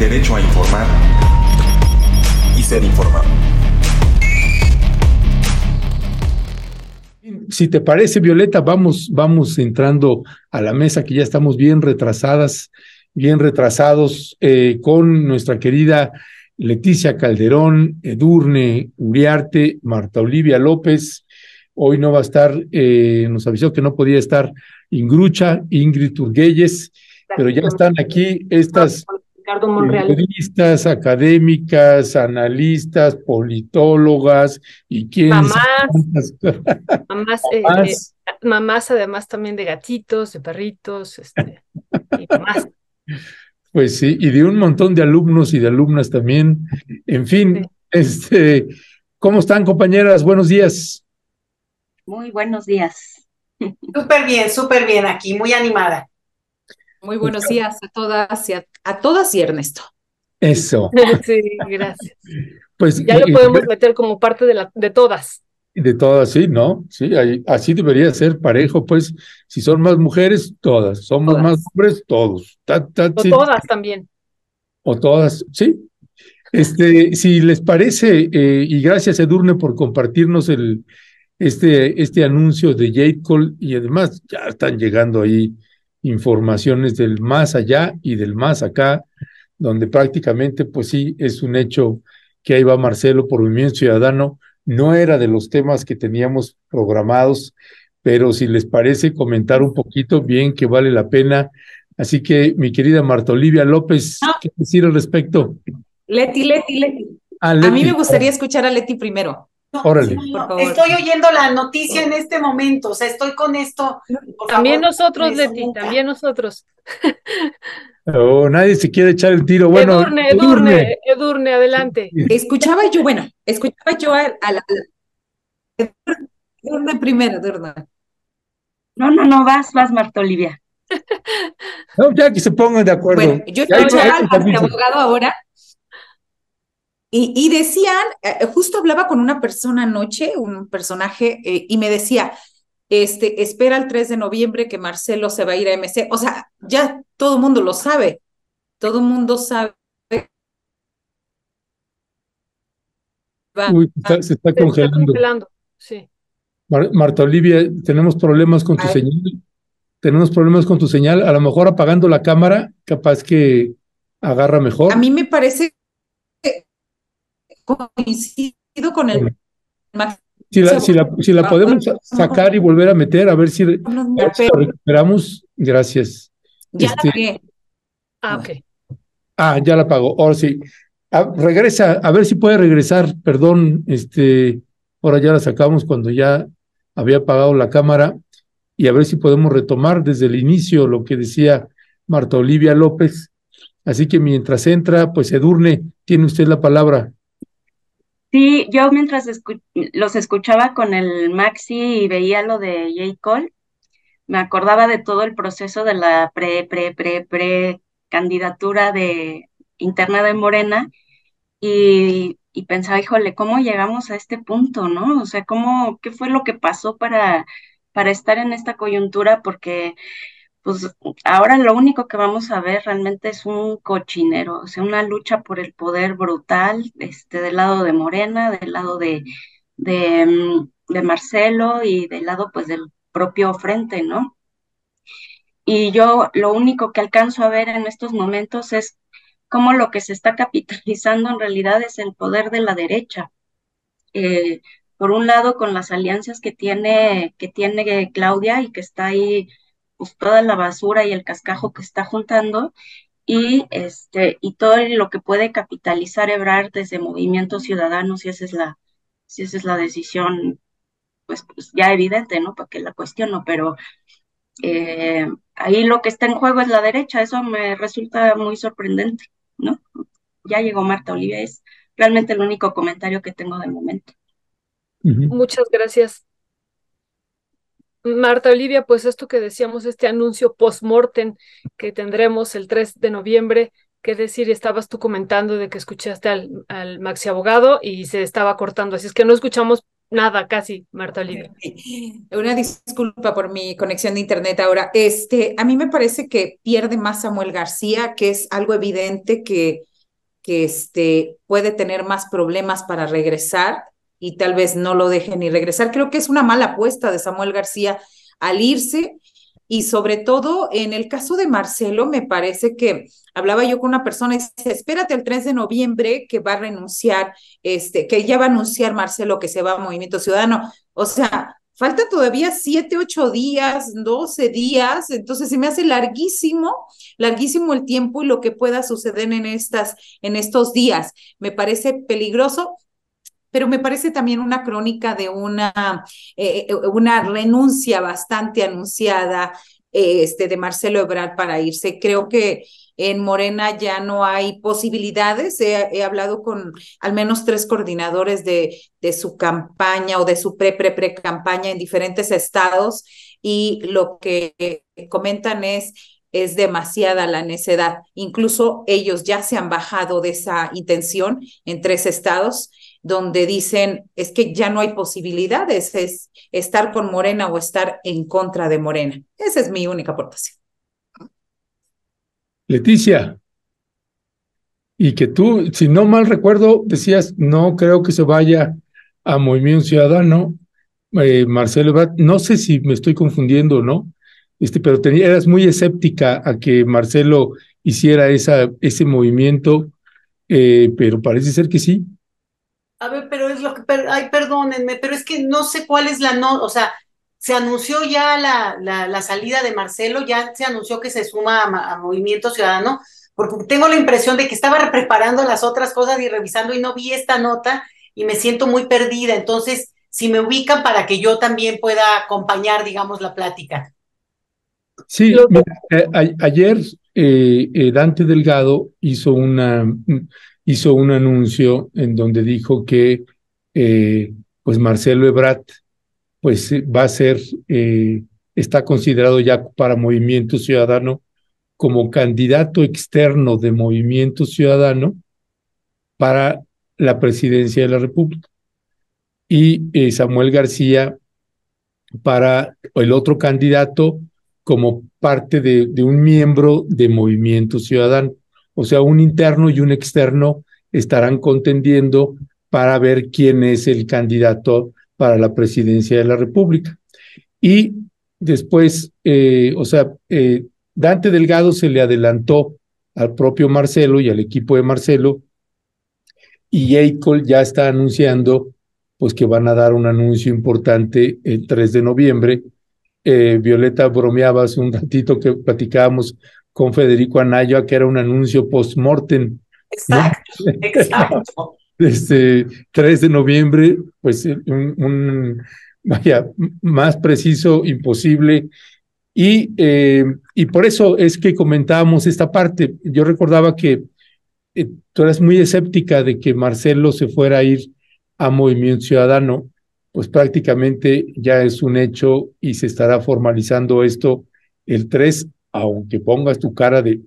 derecho a informar y ser informado. Si te parece, Violeta, vamos entrando a la mesa, que ya estamos bien retrasados, con nuestra querida Leticia Calderón, Edurne Uriarte, Marta Olivia López. Hoy no va a estar, nos avisó que no podía estar Ingrid Turguelles, pero ya están aquí estas Ricardo Monreal, periodistas, académicas, analistas, politólogas y quién sabe mamás además también de gatitos, de perritos, y mamás. Pues sí, y de un montón de alumnos y de alumnas también. En fin, sí. ¿Cómo están, compañeras? Buenos días. Muy buenos días. Súper bien aquí, muy animada. Muy buenos días a todas y Ernesto. Eso. Sí, gracias. Pues ya lo podemos meter como parte de todas. De todas, sí, ¿no? Sí, así debería ser parejo, pues, si son más mujeres, todas, somos más hombres, todos. O Sí. Todas también. O todas, sí. Si les parece, y gracias, Edurne, por compartirnos este anuncio de J-Call, y además ya están llegando ahí informaciones del más allá y del más acá, donde prácticamente, pues sí, es un hecho que ahí va Marcelo por Movimiento Ciudadano. No era de los temas que teníamos programados, pero si les parece comentar un poquito, bien que vale la pena. Así que, mi querida Marta Olivia López, ¿qué decir al respecto? Leti. Leti. A mí me gustaría escuchar a Leti primero. Órale. Estoy oyendo la noticia en este momento, o sea, estoy con esto. También nosotros, Leti, también nosotros. Oh, nadie se quiere echar el tiro. Bueno, Edurne, adelante. Escuchaba yo a la Edurne primero, Edurne. No, vas, Marta Olivia. No, ya que se pongan de acuerdo. Bueno, yo escuchaba al abogado ahora y decían, justo hablaba con una persona anoche, un personaje, y me decía, espera el 3 de noviembre que Marcelo se va a ir a MC. O sea, ya todo el mundo lo sabe. Todo el mundo sabe. Uy, se está congelando. Sí. Marta Olivia, tenemos problemas con tu señal. Tenemos problemas con tu señal. A lo mejor apagando la cámara, capaz que agarra mejor. A mí me parece que coincido con el... Si la podemos sacar y volver a meter, a ver si lo recuperamos. Gracias. Ya la pagué. Ok. Ya la apagó. Ahora sí. Regresa, a ver si puede regresar. Perdón, ahora ya la sacamos cuando ya había apagado la cámara, y a ver si podemos retomar desde el inicio lo que decía Marta Olivia López. Así que mientras entra, pues Edurne, tiene usted la palabra. Sí, yo mientras los escuchaba con el Maxi y veía lo de J-Call, me acordaba de todo el proceso de la pre candidatura interna de Morena, y pensaba, híjole, ¿cómo llegamos a este punto, no? O sea, ¿qué fue lo que pasó para estar en esta coyuntura? Porque pues ahora lo único que vamos a ver realmente es un cochinero, o sea, una lucha por el poder brutal, del lado de Morena, del lado de Marcelo y del lado pues del propio frente, ¿no? Y yo lo único que alcanzo a ver en estos momentos es cómo lo que se está capitalizando en realidad es el poder de la derecha. Por un lado, con las alianzas que tiene Claudia, y que está ahí pues toda la basura y el cascajo que está juntando, y todo lo que puede capitalizar Ebrard desde Movimiento Ciudadano, si esa es la decisión, pues ya evidente, ¿no? Para que la cuestiono, pero ahí lo que está en juego es la derecha. Eso me resulta muy sorprendente, ¿no? Ya llegó Marta Olivia, es realmente el único comentario que tengo de momento. Muchas gracias, Marta Olivia. Pues esto que decíamos, este anuncio post-mortem que tendremos el 3 de noviembre, ¿qué decir? Estabas tú comentando de que escuchaste al Maxi abogado y se estaba cortando, así es que no escuchamos nada casi, Marta Olivia. Una disculpa por mi conexión de internet ahora. A mí me parece que pierde más Samuel García, que es algo evidente que puede tener más problemas para regresar y tal vez no lo deje ni regresar. Creo que es una mala apuesta de Samuel García al irse. Y sobre todo, en el caso de Marcelo, me parece que hablaba yo con una persona y dice, espérate el 3 de noviembre que va a renunciar, que ya va a anunciar Marcelo que se va a Movimiento Ciudadano. O sea, falta todavía 7, 8 días, 12 días, entonces se me hace larguísimo el tiempo y lo que pueda suceder en estos días. Me parece peligroso, pero me parece también una crónica de una renuncia bastante anunciada de Marcelo Ebrard para irse. Creo que en Morena ya no hay posibilidades. He hablado con al menos 3 coordinadores de su campaña o de su pre-campaña en diferentes estados y lo que comentan es demasiada la necedad. Incluso ellos ya se han bajado de esa intención en 3 estados donde dicen es que ya no hay posibilidades, es estar con Morena o estar en contra de Morena. Esa es mi única aportación. Leticia, y que tú, si no mal recuerdo, decías, no creo que se vaya a Movimiento Ciudadano, Marcelo Ebrard, no sé si me estoy confundiendo o no, pero eras muy escéptica a que Marcelo hiciera ese movimiento, pero parece ser que sí. A ver, pero es lo que, ay, perdónenme, pero es que no sé cuál es o sea, se anunció ya la salida de Marcelo, ya se anunció que se suma a Movimiento Ciudadano, porque tengo la impresión de que estaba preparando las otras cosas y revisando y no vi esta nota y me siento muy perdida. Entonces, si me ubican para que yo también pueda acompañar, digamos, la plática. Sí, mira, ayer Dante Delgado hizo un anuncio en donde dijo que pues Marcelo Ebrard pues va a ser, está considerado ya para Movimiento Ciudadano como candidato externo de Movimiento Ciudadano para la presidencia de la República. Y Samuel García para el otro candidato como parte de un miembro de Movimiento Ciudadano. O sea, un interno y un externo estarán contendiendo para ver quién es el candidato para la presidencia de la República. Y después, Dante Delgado se le adelantó al propio Marcelo y al equipo de Marcelo, y Yeicol ya está anunciando pues que van a dar un anuncio importante el 3 de noviembre. Violeta bromeaba hace un ratito que platicábamos con Federico Anaya que era un anuncio post-mortem. Exacto, ¿no? Exacto. 3 de noviembre, pues vaya, más preciso, imposible. Y por eso es que comentábamos esta parte. Yo recordaba que tú eras muy escéptica de que Marcelo se fuera a ir a Movimiento Ciudadano, pues prácticamente ya es un hecho y se estará formalizando esto el 3, aunque pongas tu cara de...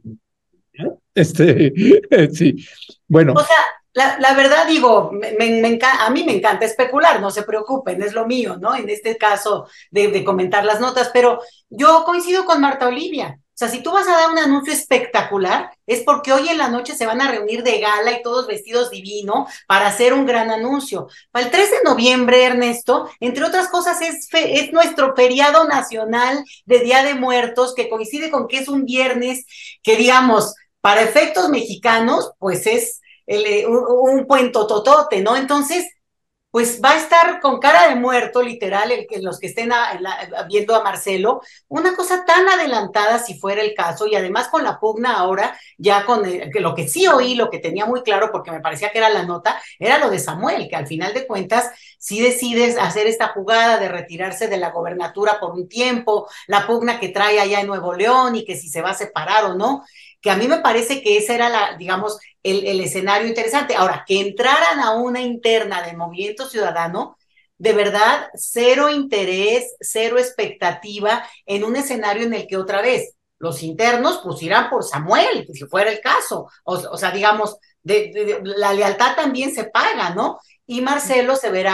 sí, bueno. O sea, la verdad digo, a mí me encanta especular, no se preocupen, es lo mío, ¿no? En este caso de comentar las notas, pero yo coincido con Marta Olivia. O sea, si tú vas a dar un anuncio espectacular, es porque hoy en la noche se van a reunir de gala y todos vestidos divino para hacer un gran anuncio. Para el 3 de noviembre, Ernesto, entre otras cosas, es nuestro feriado nacional de Día de Muertos, que coincide con que es un viernes que, digamos, para efectos mexicanos, pues es un puentototote, ¿no? Entonces, pues va a estar con cara de muerto, literal, los que estén viendo a Marcelo, una cosa tan adelantada si fuera el caso, y además con la pugna ahora, ya con lo que sí oí, lo que tenía muy claro, porque me parecía que era la nota, era lo de Samuel, que al final de cuentas sí decides hacer esta jugada de retirarse de la gobernatura por un tiempo, la pugna que trae allá en Nuevo León y que si se va a separar o no, que a mí me parece que ese era digamos, el escenario interesante. Ahora, que entraran a una interna de Movimiento Ciudadano, de verdad, cero interés, cero expectativa en un escenario en el que otra vez los internos pues irán por Samuel, si fuera el caso. O sea, digamos, la lealtad también se paga, ¿no? Y Marcelo se verá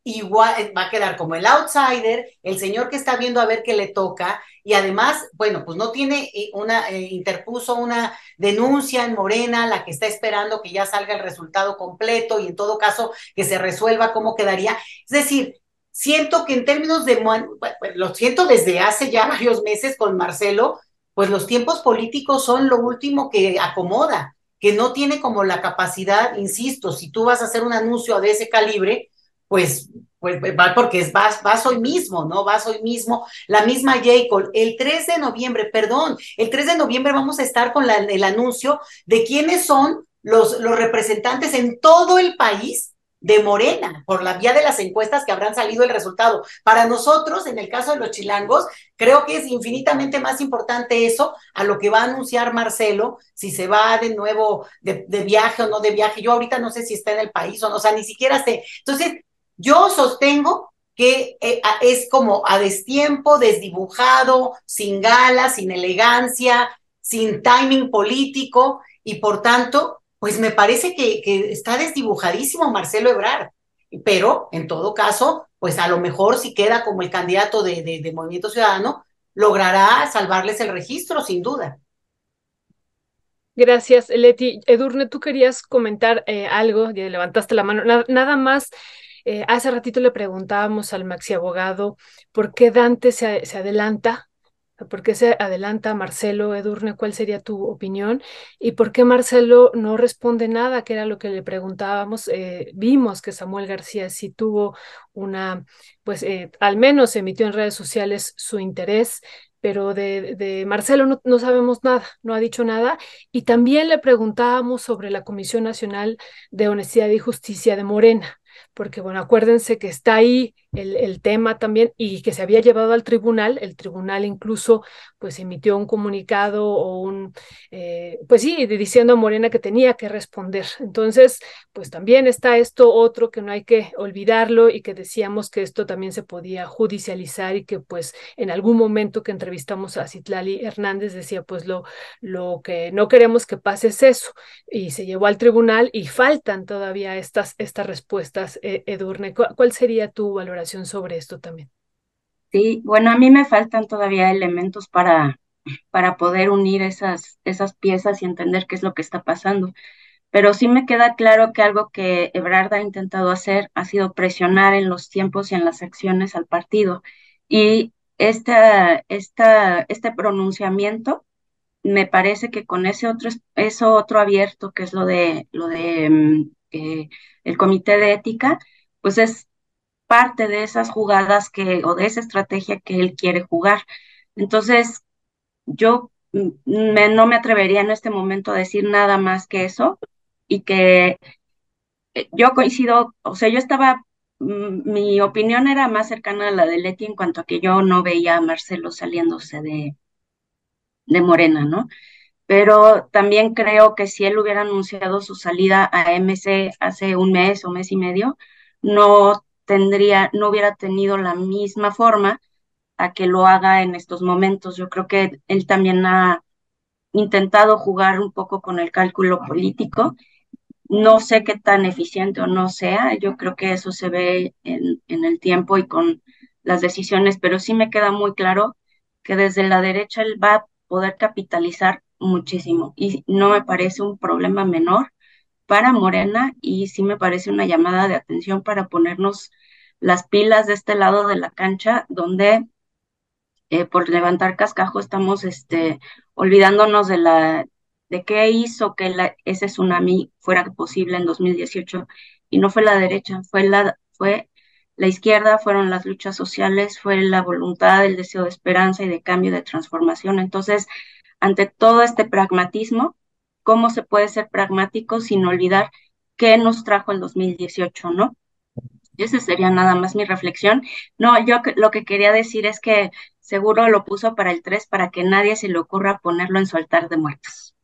igual va a quedar como el outsider, el señor que está viendo a ver qué le toca, y además, bueno, pues no tiene interpuso una denuncia en Morena, la que está esperando que ya salga el resultado completo y en todo caso que se resuelva cómo quedaría. Es decir, siento que en términos de, bueno, lo siento desde hace ya varios meses con Marcelo, pues los tiempos políticos son lo último que acomoda, que no tiene como la capacidad, insisto, si tú vas a hacer un anuncio de ese calibre, pues, pues va porque vas hoy mismo, ¿no? Vas hoy mismo, la misma J. Cole, el 3 de noviembre, perdón, el 3 de noviembre vamos a estar con el anuncio de quiénes son los representantes en todo el país de Morena, por la vía de las encuestas que habrán salido el resultado. Para nosotros, en el caso de los chilangos, creo que es infinitamente más importante eso a lo que va a anunciar Marcelo, si se va de nuevo de viaje o no de viaje. Yo ahorita no sé si está en el país o no, o sea, ni siquiera sé. Entonces, yo sostengo que es como a destiempo, desdibujado, sin gala, sin elegancia, sin timing político, y por tanto, pues me parece que está desdibujadísimo Marcelo Ebrard, pero en todo caso, pues a lo mejor si queda como el candidato de Movimiento Ciudadano, logrará salvarles el registro, sin duda. Gracias, Leti. Edurne, tú querías comentar algo, ya levantaste la mano. Nada más, hace ratito le preguntábamos al maxi abogado por qué Dante se adelanta, por qué se adelanta Marcelo. Edurne, ¿cuál sería tu opinión? ¿Y por qué Marcelo no responde nada? Que era lo que le preguntábamos. Vimos que Samuel García sí tuvo una, pues al menos emitió en redes sociales su interés, pero de Marcelo no sabemos nada, no ha dicho nada. Y también le preguntábamos sobre la Comisión Nacional de Honestidad y Justicia de Morena, porque bueno, acuérdense que está ahí el tema también y que se había llevado al tribunal. El tribunal incluso pues emitió un comunicado o pues sí, diciendo a Morena que tenía que responder. Entonces, pues también está esto otro que no hay que olvidarlo, y que decíamos que esto también se podía judicializar, y que pues en algún momento que entrevistamos a Citlali Hernández decía pues lo que no queremos que pase es eso, y se llevó al tribunal y faltan todavía estas respuestas. Edurne, ¿cuál sería tu valoración sobre esto también? Sí, bueno, a mí me faltan todavía elementos para poder unir esas piezas y entender qué es lo que está pasando. Pero sí me queda claro que algo que Ebrard ha intentado hacer ha sido presionar en los tiempos y en las acciones al partido. Y este pronunciamiento me parece que con eso otro abierto, que es lo de el comité de ética, pues es parte de esas jugadas o de esa estrategia que él quiere jugar. Entonces, yo no me atrevería en este momento a decir nada más que eso, y que yo coincido, o sea, mi opinión era más cercana a la de Leti en cuanto a que yo no veía a Marcelo saliéndose de Morena, ¿no? Pero también creo que si él hubiera anunciado su salida a MC hace un mes o mes y medio, no hubiera tenido la misma forma a que lo haga en estos momentos. Yo creo que él también ha intentado jugar un poco con el cálculo político. No sé qué tan eficiente o no sea, yo creo que eso se ve en el tiempo y con las decisiones, pero sí me queda muy claro que desde la derecha él va a poder capitalizar muchísimo, y no me parece un problema menor para Morena, y sí me parece una llamada de atención para ponernos las pilas de este lado de la cancha, donde por levantar cascajo estamos olvidándonos de qué hizo que ese tsunami fuera posible en 2018, y no fue la derecha, fue la izquierda, fueron las luchas sociales, fue la voluntad, el deseo de esperanza y de cambio, de transformación. Entonces, ante todo este pragmatismo, ¿cómo se puede ser pragmático sin olvidar qué nos trajo el 2018, ¿no? Esa sería nada más mi reflexión. No, lo que quería decir es que seguro lo puso para el 3 para que nadie se le ocurra ponerlo en su altar de muertos.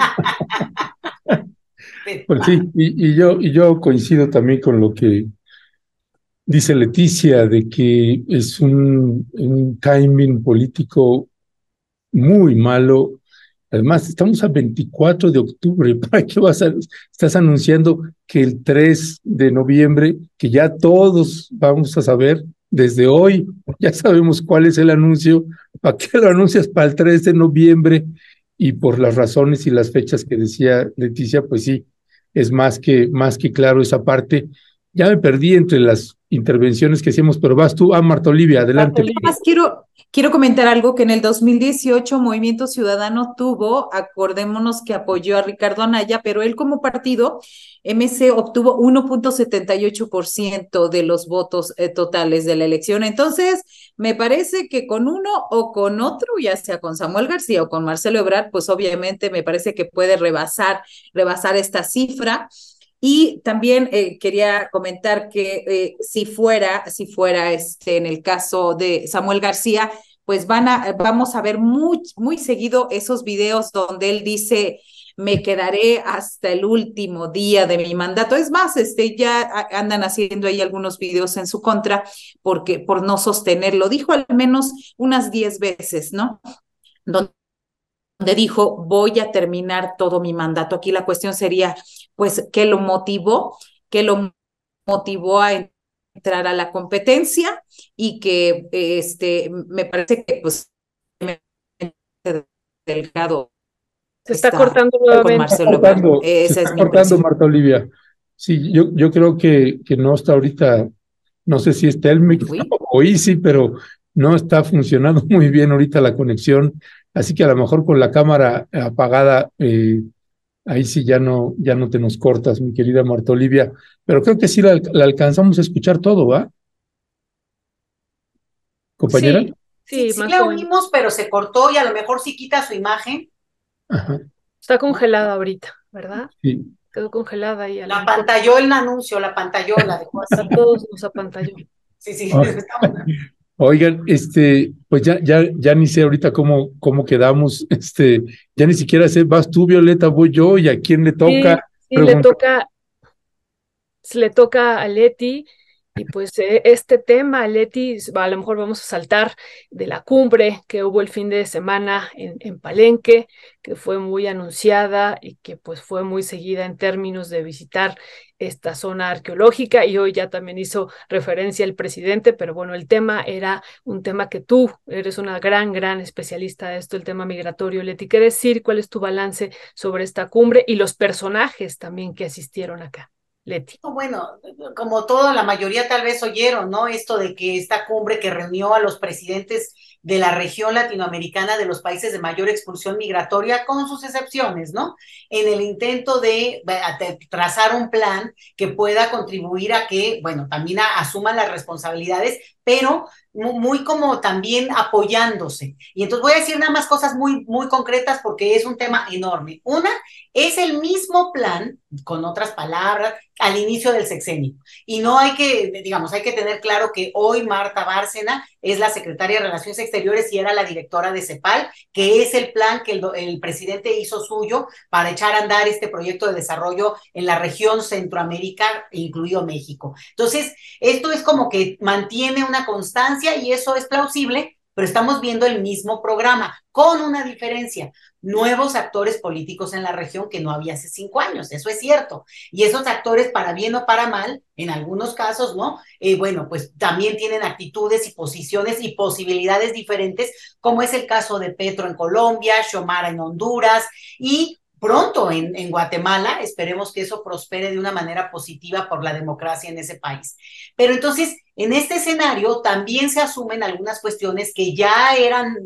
Pues sí, y yo coincido también con lo que dice Leticia, de que es un timing político muy malo. Además, estamos a 24 de octubre. ¿Para qué estás anunciando que el 3 de noviembre, que ya todos vamos a saber desde hoy, ya sabemos cuál es el anuncio? ¿Para qué lo anuncias para el 3 de noviembre? Y por las razones y las fechas que decía Leticia, pues sí, es más que claro esa parte. Ya me perdí entre las intervenciones que hacíamos, pero vas tú. Marta Olivia, adelante. Marta Olivia. Más quiero comentar algo que en el 2018 Movimiento Ciudadano tuvo, acordémonos que apoyó a Ricardo Anaya, pero él como partido, MC obtuvo 1.78% de los votos totales de la elección. Entonces, me parece que con uno o con otro, ya sea con Samuel García o con Marcelo Ebrard, pues obviamente me parece que puede rebasar esta cifra. Y también quería comentar que si fuera en el caso de Samuel García, pues vamos a ver muy seguido esos videos donde él dice: me quedaré hasta el último día de mi mandato. Es más, ya andan haciendo ahí algunos videos en su contra por no sostenerlo. Dijo al menos unas 10 veces, ¿no? Donde dijo: voy a terminar todo mi mandato. Aquí la cuestión sería, pues, ¿qué lo motivó? ¿Qué lo motivó a entrar a la competencia? Y que me parece que, pues, Delgado Se está está cortando con nuevamente. Marcelo Ebrard. Se Esa es está mi cortando, impresión. Marta Olivia. Sí, yo creo que no está ahorita, no sé si es Telmex Uy. o Easy, pero no está funcionando muy bien ahorita la conexión, así que a lo mejor con la cámara apagada, ahí sí ya no te nos cortas, mi querida Marta Olivia, pero creo que sí la alcanzamos a escuchar todo, ¿va? Compañera. Sí, Sí, sí más la o menos. oímos, pero se cortó y a lo mejor sí quita su imagen, Ajá, Está ¿no? congelada ahorita, ¿verdad? sí. Quedó congelada y a lo La mejor pantalló el anuncio, la pantalló, la dejó a así. todos nos apantalló. Sí, sí, Ah, estamos. oigan, pues ya ni sé ahorita cómo quedamos, ya ni siquiera sé, vas tú, Violeta, voy yo, y a quién le Sí, toca sí, preguntar. le toca a Leti. Y pues este tema, Leti, a lo mejor vamos a saltar de la cumbre que hubo el fin de semana en Palenque, que fue muy anunciada y que pues fue muy seguida en términos de visitar esta zona arqueológica, y hoy ya también hizo referencia el presidente, pero bueno, el tema era un tema que tú eres una gran especialista de esto, el tema migratorio. Leti, ¿qué decir? ¿Cuál es tu balance sobre esta cumbre y los personajes también que asistieron acá? Leti. Bueno, como toda la mayoría tal vez oyeron, ¿no? Esto de que esta cumbre que reunió a los presidentes de la región latinoamericana de los países de mayor expulsión migratoria, con sus excepciones, ¿no? En el intento de trazar un plan que pueda contribuir a que, bueno, también asuman las responsabilidades, pero muy como también apoyándose. Y entonces voy a decir nada más cosas muy concretas porque es un tema enorme. Una, es el mismo plan, con otras palabras, al inicio del sexenio. Y no hay que, digamos, hay que tener claro que hoy Marta Bárcena es la secretaria de Relaciones Exteriores y era la directora de CEPAL, que es el plan que el presidente hizo suyo para echar a andar este proyecto de desarrollo en la región Centroamérica, incluido México. Entonces, esto es como que mantiene una constancia y eso es plausible, pero estamos viendo el mismo programa, con una diferencia: nuevos actores políticos en la región que no había hace 5 años, eso es cierto. Y esos actores, para bien o para mal, en algunos casos, ¿no? Bueno, pues también tienen actitudes y posiciones y posibilidades diferentes, como es el caso de Petro en Colombia, Xiomara en Honduras y pronto en Guatemala. Esperemos que eso prospere de una manera positiva por la democracia en ese país. Pero entonces, en este escenario también se asumen algunas cuestiones que ya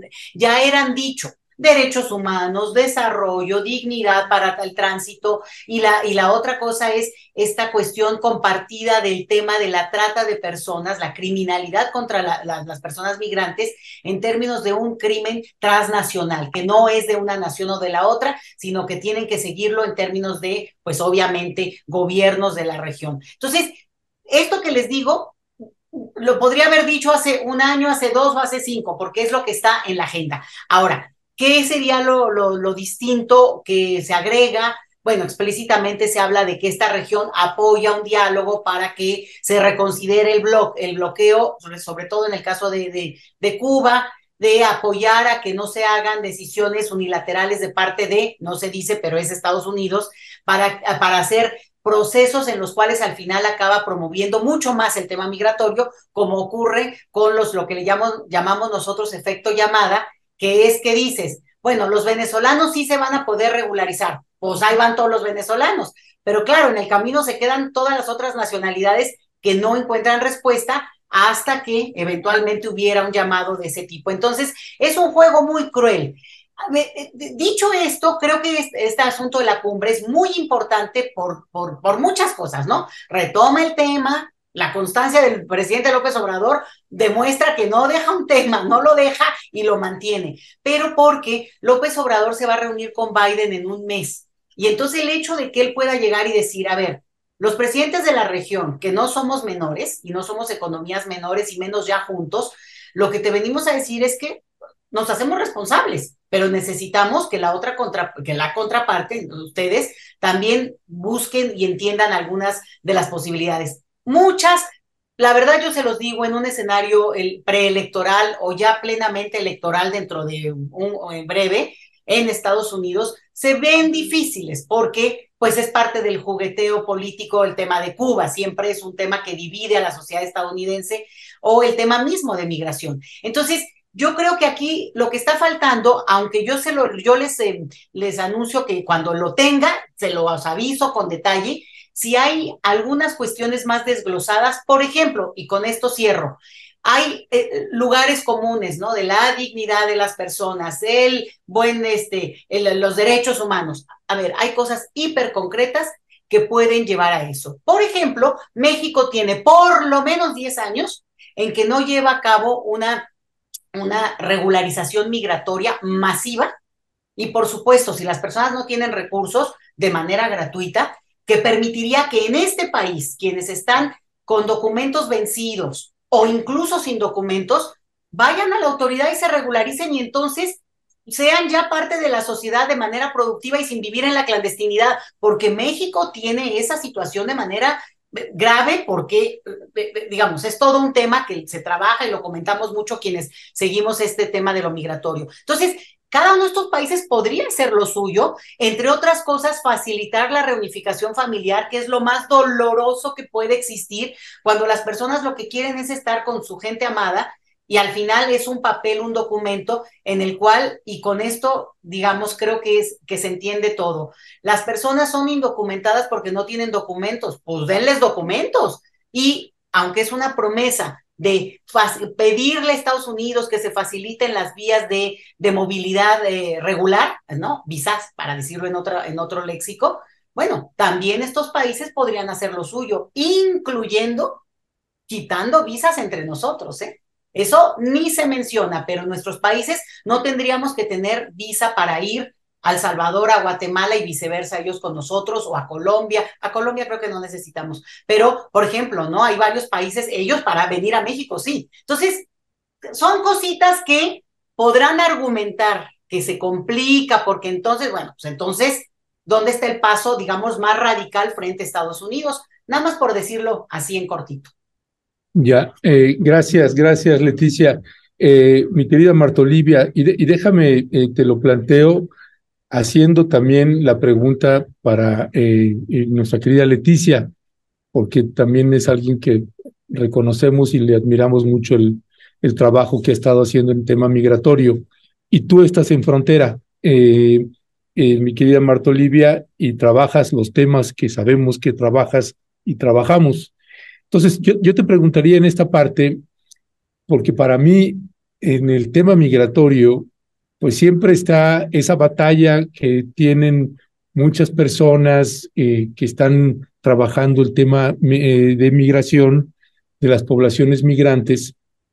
eran dicho: derechos humanos, desarrollo, dignidad para el tránsito, y la otra cosa es esta cuestión compartida del tema de la trata de personas, la criminalidad contra las personas migrantes en términos de un crimen transnacional, que no es de una nación o de la otra, sino que tienen que seguirlo en términos de, pues obviamente, gobiernos de la región. Entonces, esto que les digo, lo podría haber dicho hace 1 año, hace 2 o hace 5, porque es lo que está en la agenda. Ahora, ¿qué sería lo distinto que se agrega? Bueno, explícitamente se habla de que esta región apoya un diálogo para que se reconsidere el bloqueo, sobre todo en el caso de Cuba, de apoyar a que no se hagan decisiones unilaterales de parte de, no se dice, pero es Estados Unidos, para hacer procesos en los cuales al final acaba promoviendo mucho más el tema migratorio, como ocurre con lo que le llamamos nosotros efecto llamada, que es que dices, bueno, los venezolanos sí se van a poder regularizar, pues ahí van todos los venezolanos, pero claro, en el camino se quedan todas las otras nacionalidades que no encuentran respuesta hasta que eventualmente hubiera un llamado de ese tipo. Entonces, es un juego muy cruel. Dicho esto, creo que este asunto de la cumbre es muy importante por muchas cosas, ¿no? Retoma el tema, la constancia del presidente López Obrador demuestra que no deja un tema, no lo deja y lo mantiene, pero porque López Obrador se va a reunir con Biden en un mes. Y entonces el hecho de que él pueda llegar y decir, a ver, los presidentes de la región, que no somos menores y no somos economías menores y menos ya juntos, lo que te venimos a decir es que nos hacemos responsables, pero necesitamos que la contraparte, ustedes, también busquen y entiendan algunas de las posibilidades. Muchas, la verdad yo se los digo, en un escenario preelectoral o ya plenamente electoral dentro de en breve, en Estados Unidos, se ven difíciles porque pues es parte del jugueteo político el tema de Cuba, siempre es un tema que divide a la sociedad estadounidense, o el tema mismo de migración. Entonces, yo creo que aquí lo que está faltando, aunque yo les anuncio que cuando lo tenga, se los aviso con detalle, si hay algunas cuestiones más desglosadas, por ejemplo, y con esto cierro, hay lugares comunes, ¿no? De la dignidad de las personas, los derechos humanos. A ver, hay cosas hiper concretas que pueden llevar a eso. Por ejemplo, México tiene por lo menos 10 años en que no lleva a cabo una regularización migratoria masiva y, por supuesto, si las personas no tienen recursos de manera gratuita, que permitiría que en este país quienes están con documentos vencidos o incluso sin documentos, vayan a la autoridad y se regularicen y entonces sean ya parte de la sociedad de manera productiva y sin vivir en la clandestinidad, porque México tiene esa situación de manera grave porque, digamos, es todo un tema que se trabaja y lo comentamos mucho quienes seguimos este tema de lo migratorio. Entonces, cada uno de estos países podría hacer lo suyo, entre otras cosas, facilitar la reunificación familiar, que es lo más doloroso que puede existir cuando las personas lo que quieren es estar con su gente amada y al final es un papel, un documento en el cual, y con esto, digamos, creo que se entiende todo. Las personas son indocumentadas porque no tienen documentos, pues denles documentos. Y aunque es una promesa de pedirle a Estados Unidos que se faciliten las vías de movilidad regular, ¿no? Visas, para decirlo en otro léxico, bueno, también estos países podrían hacer lo suyo, incluyendo quitando visas entre nosotros, ¿eh? Eso ni se menciona, pero en nuestros países no tendríamos que tener visa para ir a El Salvador, a Guatemala y viceversa, ellos con nosotros, o a Colombia. A Colombia creo que no necesitamos, pero, por ejemplo, ¿no? Hay varios países, ellos para venir a México, sí. Entonces, son cositas que podrán argumentar que se complica, porque entonces, bueno, pues entonces, ¿dónde está el paso, digamos, más radical frente a Estados Unidos? Nada más por decirlo así en cortito. Ya, gracias, Leticia. Mi querida Marta Olivia, y déjame, te lo planteo haciendo también la pregunta para nuestra querida Leticia, porque también es alguien que reconocemos y le admiramos mucho el trabajo que ha estado haciendo en tema migratorio. Y tú estás en frontera, mi querida Marta Olivia, y trabajas los temas que sabemos que trabajas y trabajamos. Entonces, yo te preguntaría en esta parte, porque para mí, en el tema migratorio, pues siempre está esa batalla que tienen muchas personas que están trabajando el tema de migración, de las poblaciones migrantes,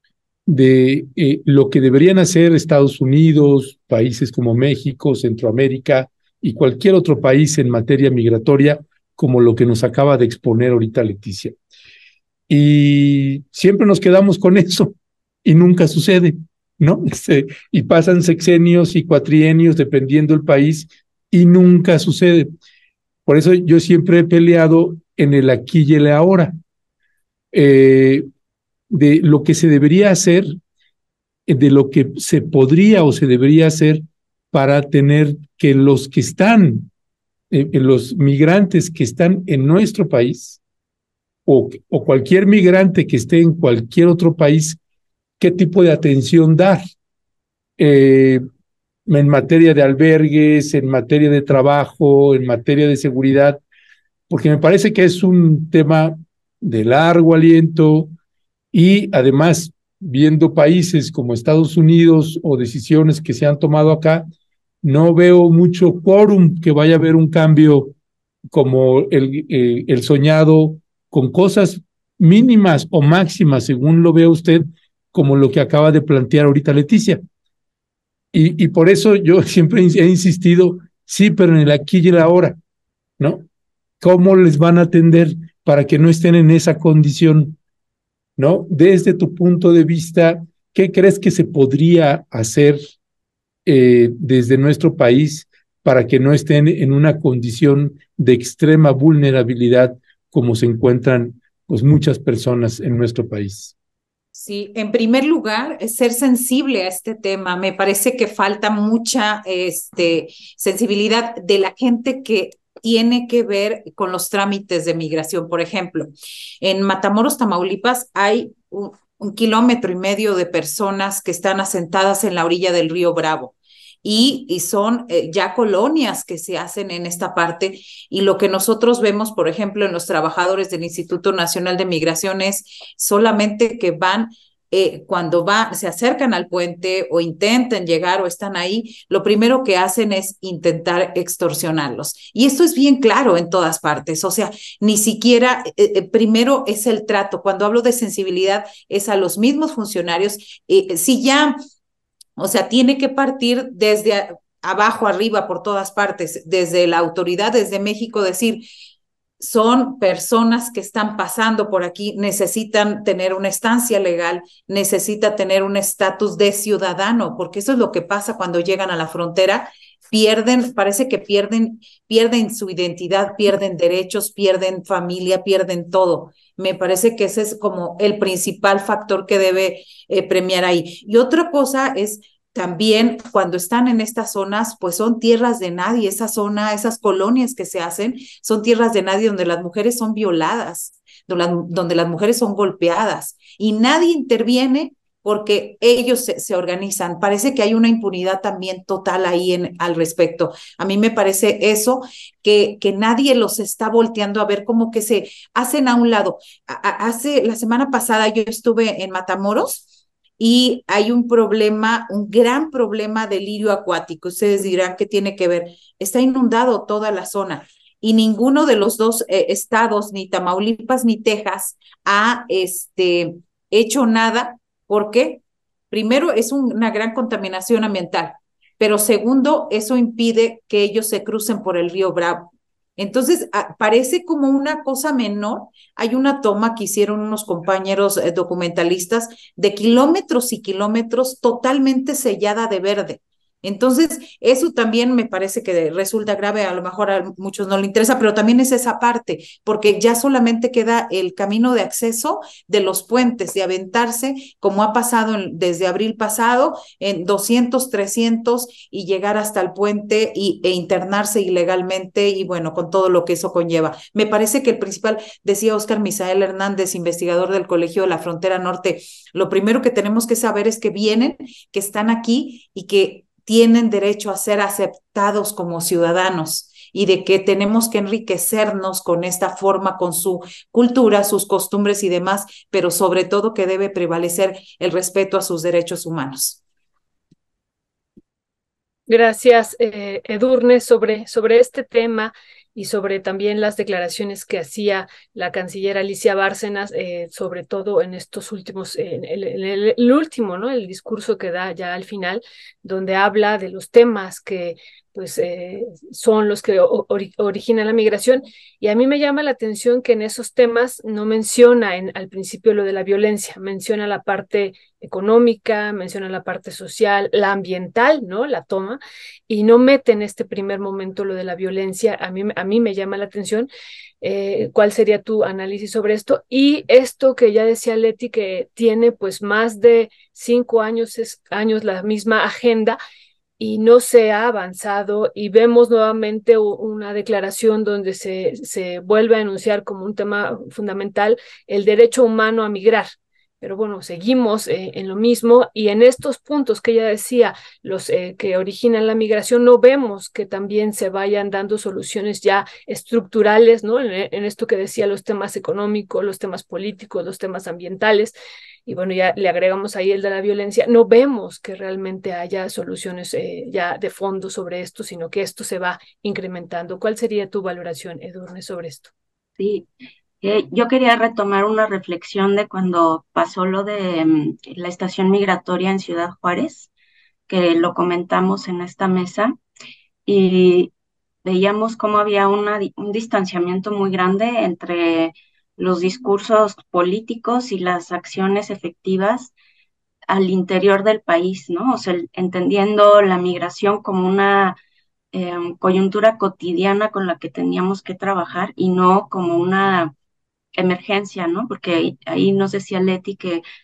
de lo que deberían hacer Estados Unidos, países como México, Centroamérica y cualquier otro país en materia migratoria, como lo que nos acaba de exponer ahorita Leticia. Y siempre nos quedamos con eso y nunca sucede, ¿no? Y pasan sexenios y cuatrienios dependiendo del país y nunca sucede. Por eso yo siempre he peleado en el aquí y el ahora, de lo que se debería hacer de lo que se podría o se debería hacer para tener que los que están, los migrantes que están en nuestro país, o cualquier migrante que esté en cualquier otro país, qué tipo de atención dar en materia de albergues, en materia de trabajo, en materia de seguridad, porque me parece que es un tema de largo aliento y además viendo países como Estados Unidos o decisiones que se han tomado acá, no veo mucho quórum que vaya a haber un cambio como el soñado, con cosas mínimas o máximas, según lo vea usted, como lo que acaba de plantear ahorita Leticia. Y por eso yo siempre he insistido, sí, pero en el aquí y el ahora, ¿no? ¿Cómo les van a atender para que no estén en esa condición, ¿no? Desde tu punto de vista, ¿qué crees que se podría hacer desde nuestro país para que no estén en una condición de extrema vulnerabilidad como se encuentran pues, muchas personas en nuestro país? Sí, en primer lugar, es ser sensible a este tema. Me parece que falta mucha sensibilidad de la gente que tiene que ver con los trámites de migración. Por ejemplo, en Matamoros, Tamaulipas, hay un kilómetro y medio de personas que están asentadas en la orilla del río Bravo. Y son ya colonias que se hacen en esta parte, y lo que nosotros vemos, por ejemplo, en los trabajadores del Instituto Nacional de Migración es solamente que van cuando se acercan al puente o intentan llegar o están ahí, lo primero que hacen es intentar extorsionarlos. Y esto es bien claro en todas partes, o sea, ni siquiera, primero es el trato. Cuando hablo de sensibilidad es a los mismos funcionarios. Si ya, o sea, tiene que partir desde abajo, arriba, por todas partes, desde la autoridad, desde México, decir, son personas que están pasando por aquí, necesitan tener una estancia legal, necesita tener un estatus de ciudadano, porque eso es lo que pasa cuando llegan a la frontera, parece que pierden su identidad, pierden derechos, pierden familia, pierden todo. Me parece que ese es como el principal factor que debe premiar ahí. Y otra cosa es también cuando están en estas zonas, pues son tierras de nadie. Esa zona, esas colonias que se hacen, son tierras de nadie donde las mujeres son violadas, donde las mujeres son golpeadas y nadie interviene porque ellos se organizan. Parece que hay una impunidad también total ahí al respecto. A mí me parece eso, que nadie los está volteando a ver, como que se hacen a un lado. La semana pasada yo estuve en Matamoros y hay un problema, un gran problema de lirio acuático. Ustedes dirán qué tiene que ver. Está inundado toda la zona y ninguno de los dos estados, ni Tamaulipas ni Texas, ha hecho nada. ¿Por qué? Primero, es una gran contaminación ambiental, pero segundo, eso impide que ellos se crucen por el río Bravo. Entonces, parece como una cosa menor. Hay una toma que hicieron unos compañeros documentalistas de kilómetros y kilómetros totalmente sellada de verde. Entonces, eso también me parece que resulta grave, a lo mejor a muchos no le interesa, pero también es esa parte, porque ya solamente queda el camino de acceso de los puentes, de aventarse, como ha pasado desde abril pasado, en 200, 300, y llegar hasta el puente e internarse ilegalmente, y bueno, con todo lo que eso conlleva. Me parece que el principal, decía Óscar Misael Hernández, investigador del Colegio de la Frontera Norte, lo primero que tenemos que saber es que vienen, que están aquí y que tienen derecho a ser aceptados como ciudadanos, y de que tenemos que enriquecernos con esta forma, con su cultura, sus costumbres y demás, pero sobre todo que debe prevalecer el respeto a sus derechos humanos. Gracias, Edurne, sobre este tema y sobre también las declaraciones que hacía la canciller Alicia Bárcenas, sobre todo en estos últimos, el último, ¿no? El discurso que da ya al final, donde habla de los temas que pues son los que originan la migración. Y a mí me llama la atención que en esos temas no menciona al principio lo de la violencia, menciona la parte económica, menciona la parte social, la ambiental, ¿no? La toma, y no mete en este primer momento lo de la violencia. A mí me llama la atención. ¿Cuál sería tu análisis sobre esto? Y esto que ya decía Leti, que tiene pues más de 5 años, años la misma agenda y no se ha avanzado, y vemos nuevamente una declaración donde se vuelve a enunciar como un tema fundamental el derecho humano a migrar. Pero bueno, seguimos en lo mismo, y en estos puntos que ella decía, los que originan la migración, no vemos que también se vayan dando soluciones ya estructurales, ¿no? En esto que decía, los temas económicos, los temas políticos, los temas ambientales, y bueno, ya le agregamos ahí el de la violencia. No vemos que realmente haya soluciones ya de fondo sobre esto, sino que esto se va incrementando. ¿Cuál sería tu valoración, Edurne, sobre esto? Sí, yo quería retomar una reflexión de cuando pasó lo de la estación migratoria en Ciudad Juárez, que lo comentamos en esta mesa, y veíamos cómo había un distanciamiento muy grande entre los discursos políticos y las acciones efectivas al interior del país, ¿no? O sea, entendiendo la migración como una coyuntura cotidiana con la que teníamos que trabajar y no como una emergencia, ¿no? Porque ahí nos decía Leti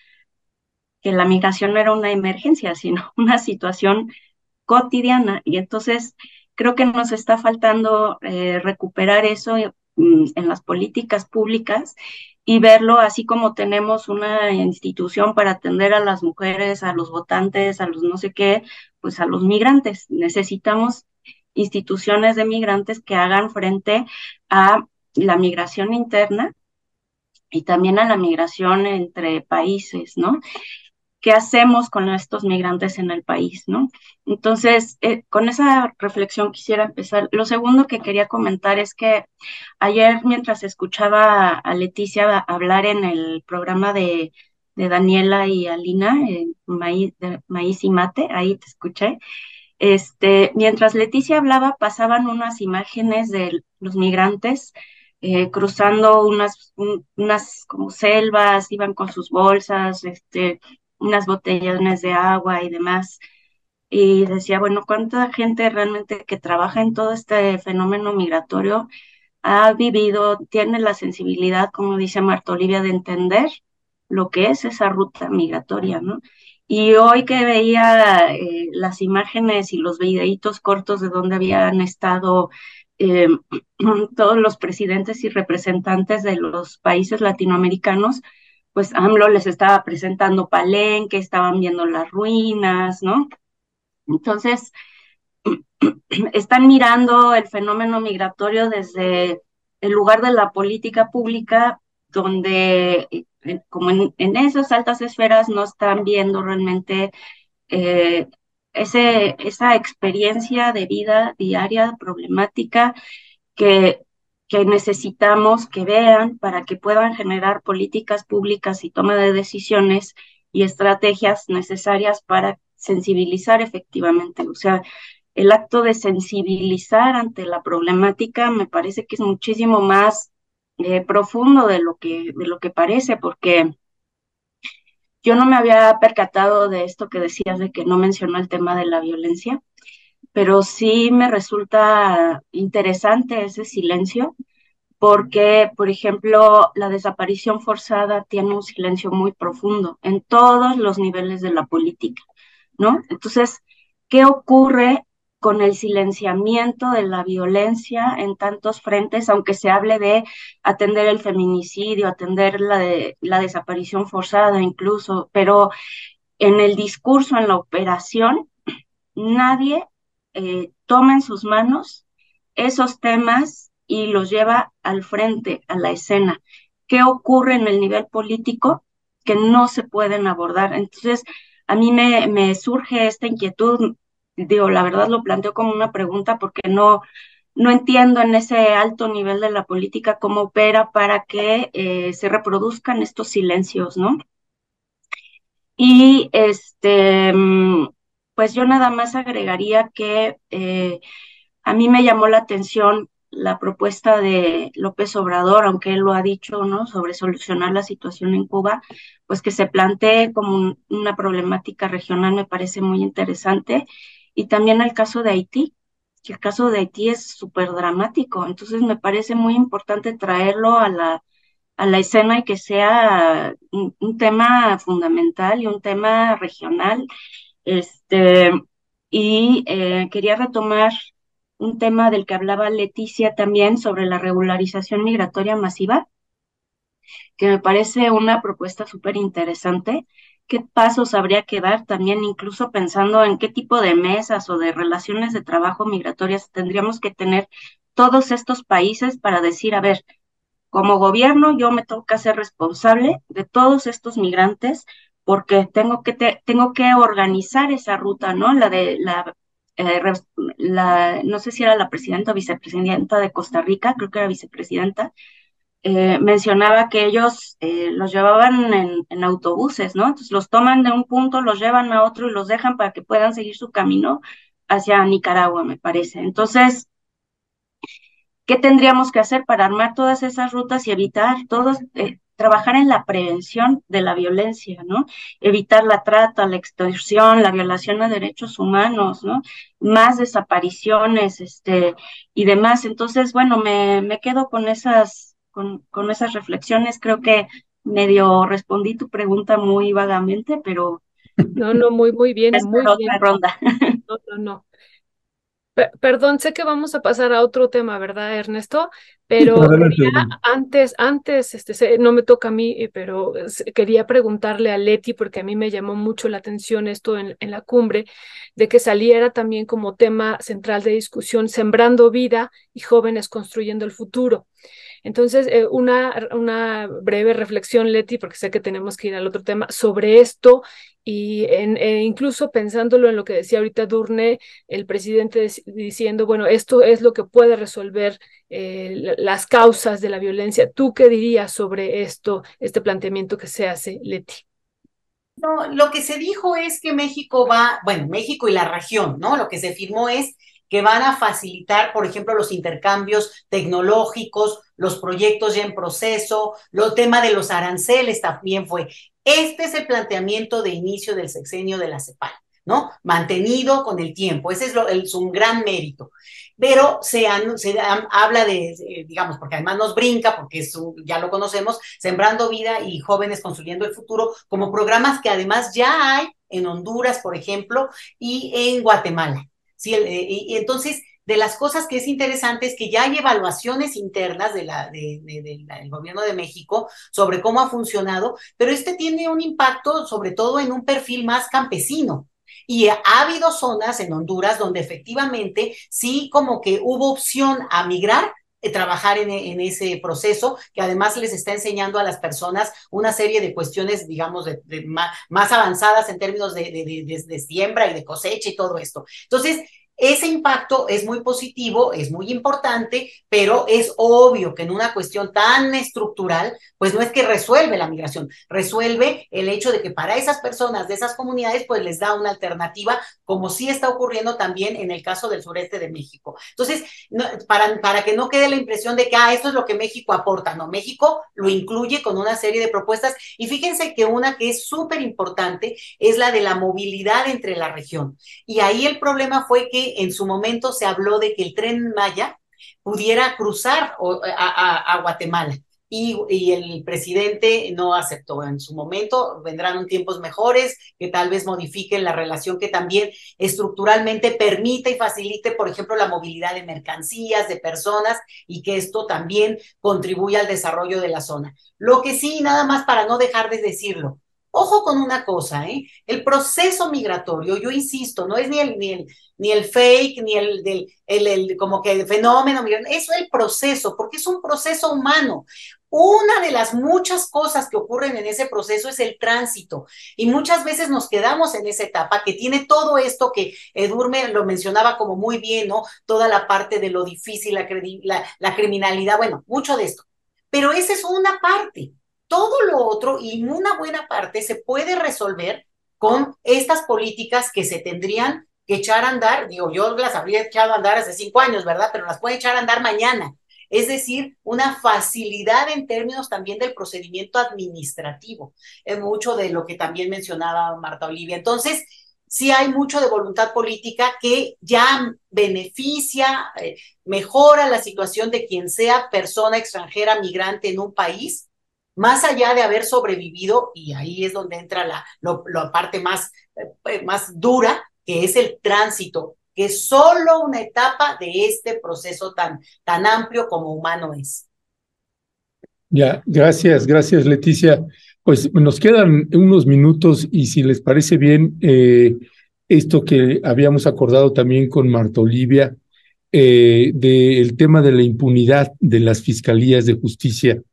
que la migración no era una emergencia, sino una situación cotidiana. Y entonces creo que nos está faltando recuperar eso en las políticas públicas y verlo así como tenemos una institución para atender a las mujeres, a los votantes, a los no sé qué, pues a los migrantes. Necesitamos instituciones de migrantes que hagan frente a la migración interna y también a la migración entre países, ¿no? ¿Qué hacemos con estos migrantes en el país, ¿no? Entonces, con esa reflexión quisiera empezar. Lo segundo que quería comentar es que ayer, mientras escuchaba a Leticia hablar en el programa de Daniela y Alina, de Maíz y Mate, ahí te escuché, mientras Leticia hablaba, pasaban unas imágenes de los migrantes cruzando unas como selvas, iban con sus bolsas, unas botellones de agua y demás. Y decía, bueno, ¿cuánta gente realmente que trabaja en todo este fenómeno migratorio ha vivido, tiene la sensibilidad, como dice Marta Olivia, de entender lo que es esa ruta migratoria, ¿no? Y hoy que veía las imágenes y los videitos cortos de donde habían estado eh, todos los presidentes y representantes de los países latinoamericanos, pues AMLO les estaba presentando Palenque, estaban viendo las ruinas, ¿no? Entonces, están mirando el fenómeno migratorio desde el lugar de la política pública, donde como en esas altas esferas no están viendo realmente eh, esa experiencia de vida diaria problemática que, que necesitamos que vean para que puedan generar políticas públicas y toma de decisiones y estrategias necesarias para sensibilizar efectivamente. O sea, el acto de sensibilizar ante la problemática me parece que es muchísimo más profundo de lo que parece, porque yo no me había percatado de esto que decías de que no mencionó el tema de la violencia, pero sí me resulta interesante ese silencio, porque, por ejemplo, la desaparición forzada tiene un silencio muy profundo en todos los niveles de la política, ¿no? Entonces, ¿qué ocurre con el silenciamiento de la violencia en tantos frentes, aunque se hable de atender el feminicidio, atender la desaparición forzada incluso, pero en el discurso, en la operación, nadie toma en sus manos esos temas y los lleva al frente, a la escena? ¿Qué ocurre en el nivel político que no se pueden abordar? Entonces, a mí me surge esta inquietud, digo, la verdad lo planteo como una pregunta porque no entiendo en ese alto nivel de la política cómo opera para que se reproduzcan estos silencios, ¿no? Y pues pues yo nada más agregaría que a mí me llamó la atención la propuesta de López Obrador, aunque él lo ha dicho, ¿no? Sobre solucionar la situación en Cuba, pues que se plantee como una problemática regional me parece muy interesante. Y también el caso de Haití, que el caso de Haití es súper dramático. Entonces me parece muy importante traerlo a la escena y que sea un tema fundamental y un tema regional. Este, y quería retomar un tema del que hablaba Leticia también sobre la regularización migratoria masiva, que me parece una propuesta súper interesante. ¿Qué pasos habría que dar también, incluso pensando en qué tipo de mesas o de relaciones de trabajo migratorias tendríamos que tener todos estos países para decir, a ver, como gobierno yo me toca ser responsable de todos estos migrantes porque tengo que organizar esa ruta, ¿no? Eh, no sé si era la presidenta o vicepresidenta de Costa Rica, creo que era vicepresidenta, mencionaba que ellos los llevaban en autobuses, ¿no? Entonces los toman de un punto, los llevan a otro y los dejan para que puedan seguir su camino hacia Nicaragua, me parece. Entonces, ¿qué tendríamos que hacer para armar todas esas rutas y evitar trabajar en la prevención de la violencia, ¿no? Evitar la trata, la extorsión, la violación a derechos humanos, ¿no? Más desapariciones, y demás. Entonces, bueno, me quedo con esas reflexiones. Creo que medio respondí tu pregunta muy vagamente, pero No, no, muy bien, es muy para bien. otra ronda. No, no, no. Perdón, sé que vamos a pasar a otro tema, ¿verdad, Ernesto? Sí, Pero adelante, quería adelante. antes, no me toca a mí, pero quería preguntarle a Leti, porque a mí me llamó mucho la atención esto en la cumbre, de que saliera también como tema central de discusión, sembrando vida y jóvenes construyendo el futuro. Entonces, una breve reflexión, Leti, porque sé que tenemos que ir al otro tema, sobre esto y incluso pensándolo en lo que decía ahorita Durne, el presidente diciendo, bueno, esto es lo que puede resolver las causas de la violencia. ¿Tú qué dirías sobre esto, este planteamiento que se hace, Leti? No, lo que se dijo es que México va, bueno, México y la región, ¿no? Lo que se firmó es que van a facilitar, por ejemplo, los intercambios tecnológicos, los proyectos ya en proceso, lo tema de los aranceles también fue. Este es el planteamiento de inicio del sexenio de la CEPAL, ¿no? Mantenido con el tiempo, ese es un gran mérito. Pero habla de, digamos, porque además nos brinca, porque ya lo conocemos, Sembrando Vida y Jóvenes Construyendo el Futuro, como programas que además ya hay en Honduras, por ejemplo, y en Guatemala. ¿Sí? Y entonces, de las cosas que es interesante es que ya hay evaluaciones internas del gobierno de México sobre cómo ha funcionado, pero tiene un impacto sobre todo en un perfil más campesino. Y ha habido zonas en Honduras donde efectivamente sí como que hubo opción a migrar, trabajar en ese proceso, que además les está enseñando a las personas una serie de cuestiones, digamos, más avanzadas en términos de siembra y de cosecha y todo esto. Entonces, ese impacto es muy positivo, es muy importante, pero es obvio que en una cuestión tan estructural, pues no es que resuelve la migración, resuelve el hecho de que para esas personas de esas comunidades, pues les da una alternativa, como sí está ocurriendo también en el caso del sureste de México. Entonces, no, para que no quede la impresión de que esto es lo que México aporta, no, México lo incluye con una serie de propuestas y fíjense que una que es súper importante es la de la movilidad entre la región. Y ahí el problema fue que en su momento se habló de que el Tren Maya pudiera cruzar a Guatemala. Y el presidente no aceptó. En su momento vendrán tiempos mejores que tal vez modifiquen la relación que también estructuralmente permita y facilite, por ejemplo, la movilidad de mercancías, de personas, y que esto también contribuya al desarrollo de la zona. Lo que sí, nada más para no dejar de decirlo, ojo con una cosa, el proceso migratorio, yo insisto, no es ni el fake, ni como que el fenómeno, eso es el proceso, porque es un proceso humano. Una de las muchas cosas que ocurren en ese proceso es el tránsito y muchas veces nos quedamos en esa etapa que tiene todo esto que Edurne lo mencionaba como muy bien, ¿no? Toda la parte de lo difícil, la criminalidad, bueno, mucho de esto. Pero esa es una parte. Todo lo otro y una buena parte se puede resolver con estas políticas que se tendrían que echar a andar. Digo, yo las habría echado a andar hace 5 años, ¿verdad? Pero las pueden echar a andar mañana. Es decir, una facilidad en términos también del procedimiento administrativo, mucho de lo que también mencionaba Marta Olivia. Entonces, sí hay mucho de voluntad política que ya beneficia, mejora la situación de quien sea persona extranjera, migrante en un país, más allá de haber sobrevivido, y ahí es donde entra la parte más dura, que es el tránsito, que es solo una etapa de este proceso tan amplio como humano es. Ya, gracias Leticia. Pues nos quedan unos minutos y si les parece bien, esto que habíamos acordado también con Marta Olivia, del tema de la impunidad de las fiscalías de justicia.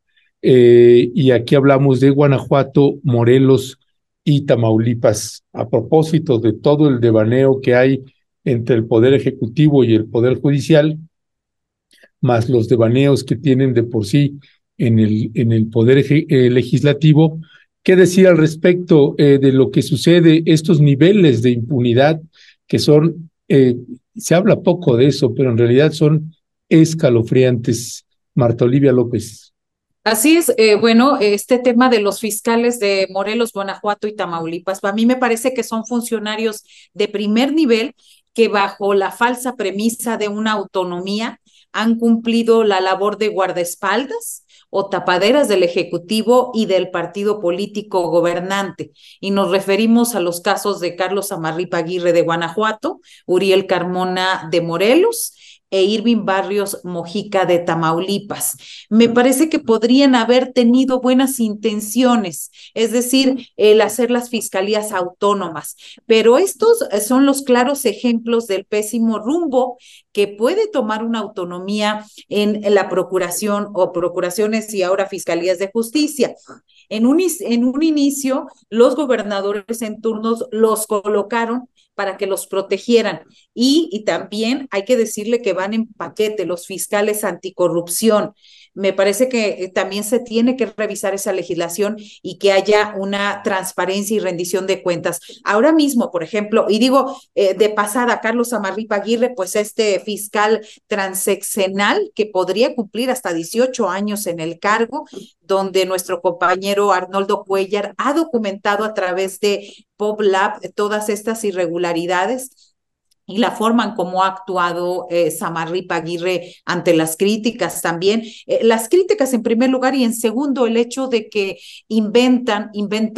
Y aquí hablamos de Guanajuato, Morelos y Tamaulipas, a propósito de todo el devaneo que hay entre el Poder Ejecutivo y el Poder Judicial, más los devaneos que tienen de por sí en el Poder Legislativo. ¿Qué decir al respecto de lo que sucede, estos niveles de impunidad que son, se habla poco de eso, pero en realidad son escalofriantes? Marta Olivia López. Así es, bueno, este tema de los fiscales de Morelos, Guanajuato y Tamaulipas, a mí me parece que son funcionarios de primer nivel que bajo la falsa premisa de una autonomía han cumplido la labor de guardaespaldas o tapaderas del Ejecutivo y del partido político gobernante. Y nos referimos a los casos de Carlos Amarripa Aguirre de Guanajuato, Uriel Carmona de Morelos e Irving Barrios Mojica de Tamaulipas. Me parece que podrían haber tenido buenas intenciones, es decir, el hacer las fiscalías autónomas, pero estos son los claros ejemplos del pésimo rumbo que puede tomar una autonomía en la procuración o procuraciones y ahora fiscalías de justicia. En un inicio, los gobernadores en turnos los colocaron para que los protegieran. Y también hay que decirle que van en paquete los fiscales anticorrupción. Me parece que también se tiene que revisar esa legislación y que haya una transparencia y rendición de cuentas. Ahora mismo, por ejemplo, y digo de pasada, Carlos Amarripa Aguirre, pues este fiscal transeccional que podría cumplir hasta 18 años en el cargo, donde nuestro compañero Arnoldo Cuellar ha documentado a través de PopLab todas estas irregularidades y la forma en cómo ha actuado Samarripa Aguirre ante las críticas también. Las críticas en primer lugar y en segundo el hecho de que inventan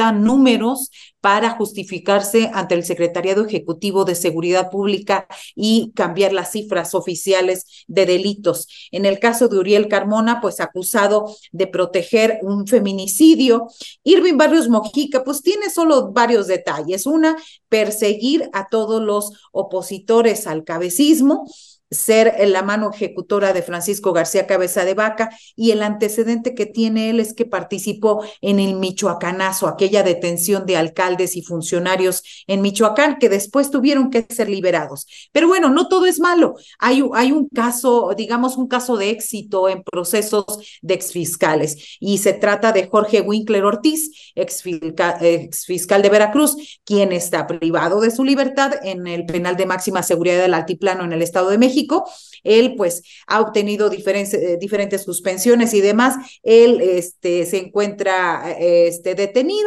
números para justificarse ante el Secretariado Ejecutivo de Seguridad Pública y cambiar las cifras oficiales de delitos. En el caso de Uriel Carmona, pues acusado de proteger un feminicidio. Irving Barrios Mojica, pues tiene solo varios detalles. Una, perseguir a todos los opositores al cabecismo, ser la mano ejecutora de Francisco García Cabeza de Vaca, y el antecedente que tiene él es que participó en el Michoacanazo, aquella detención de alcaldes y funcionarios en Michoacán que después tuvieron que ser liberados. Pero bueno, no todo es malo. Hay un caso, digamos, un caso de éxito en procesos de exfiscales, y se trata de Jorge Winkler Ortiz, exfiscal de Veracruz, quien está privado de su libertad en el penal de máxima seguridad del Altiplano en el Estado de México. Él pues ha obtenido diferentes suspensiones y demás. Él se encuentra detenido.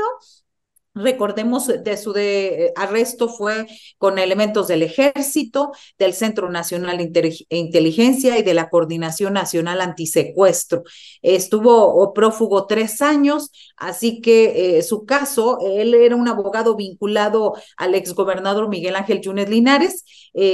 Recordemos de su arresto fue con elementos del Ejército, del Centro Nacional de Inteligencia y de la Coordinación Nacional Antisecuestro. Estuvo prófugo 3 años, así que su caso, él era un abogado vinculado al exgobernador Miguel Ángel Yunes Linares,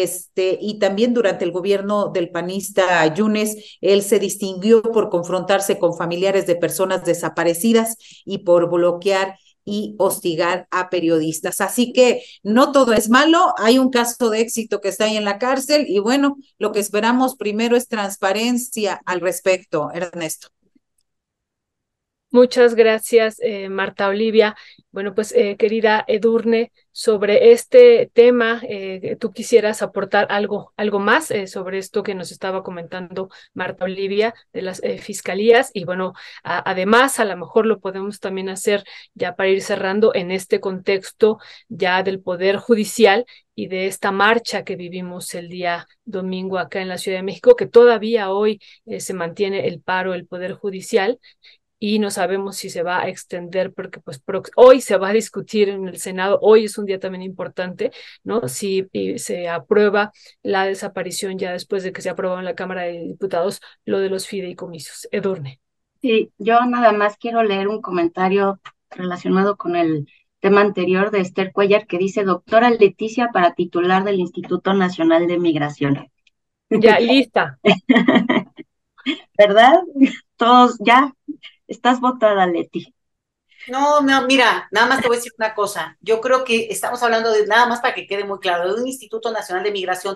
y también durante el gobierno del panista Yunes, él se distinguió por confrontarse con familiares de personas desaparecidas y por bloquear y hostigar a periodistas. Así que no todo es malo, hay un caso de éxito que está ahí en la cárcel y bueno, lo que esperamos primero es transparencia al respecto, Ernesto. Muchas gracias, Marta Olivia. Bueno, pues querida Edurne, sobre este tema, ¿tú quisieras aportar algo más sobre esto que nos estaba comentando Marta Olivia de las fiscalías? Y bueno, además, a lo mejor lo podemos también hacer ya para ir cerrando en este contexto ya del Poder Judicial y de esta marcha que vivimos el día domingo acá en la Ciudad de México, que todavía hoy se mantiene el paro del Poder Judicial y no sabemos si se va a extender porque pues hoy se va a discutir en el Senado, hoy es un día también importante, ¿no? Si se aprueba la desaparición ya después de que se aprobó en la Cámara de Diputados lo de los fideicomisos. Edurne. Sí, yo nada más quiero leer un comentario relacionado con el tema anterior de Esther Cuellar que dice, doctora Leticia para titular del Instituto Nacional de Migración. Ya, lista. ¿Verdad? Todos, ya, estás votada, Leti. No, mira, nada más te voy a decir una cosa. Yo creo que estamos hablando de, nada más para que quede muy claro, de un Instituto Nacional de Migración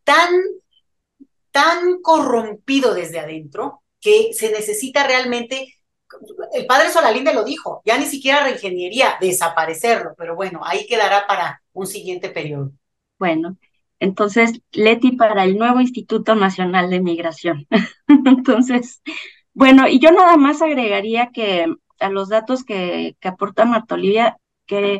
tan corrompido desde adentro que se necesita realmente, el padre Solalinde lo dijo, ya ni siquiera reingeniería, desaparecerlo, pero bueno, ahí quedará para un siguiente periodo. Bueno, entonces, Leti para el nuevo Instituto Nacional de Migración. Entonces, bueno, y yo nada más agregaría que a los datos que aporta Marta Olivia, que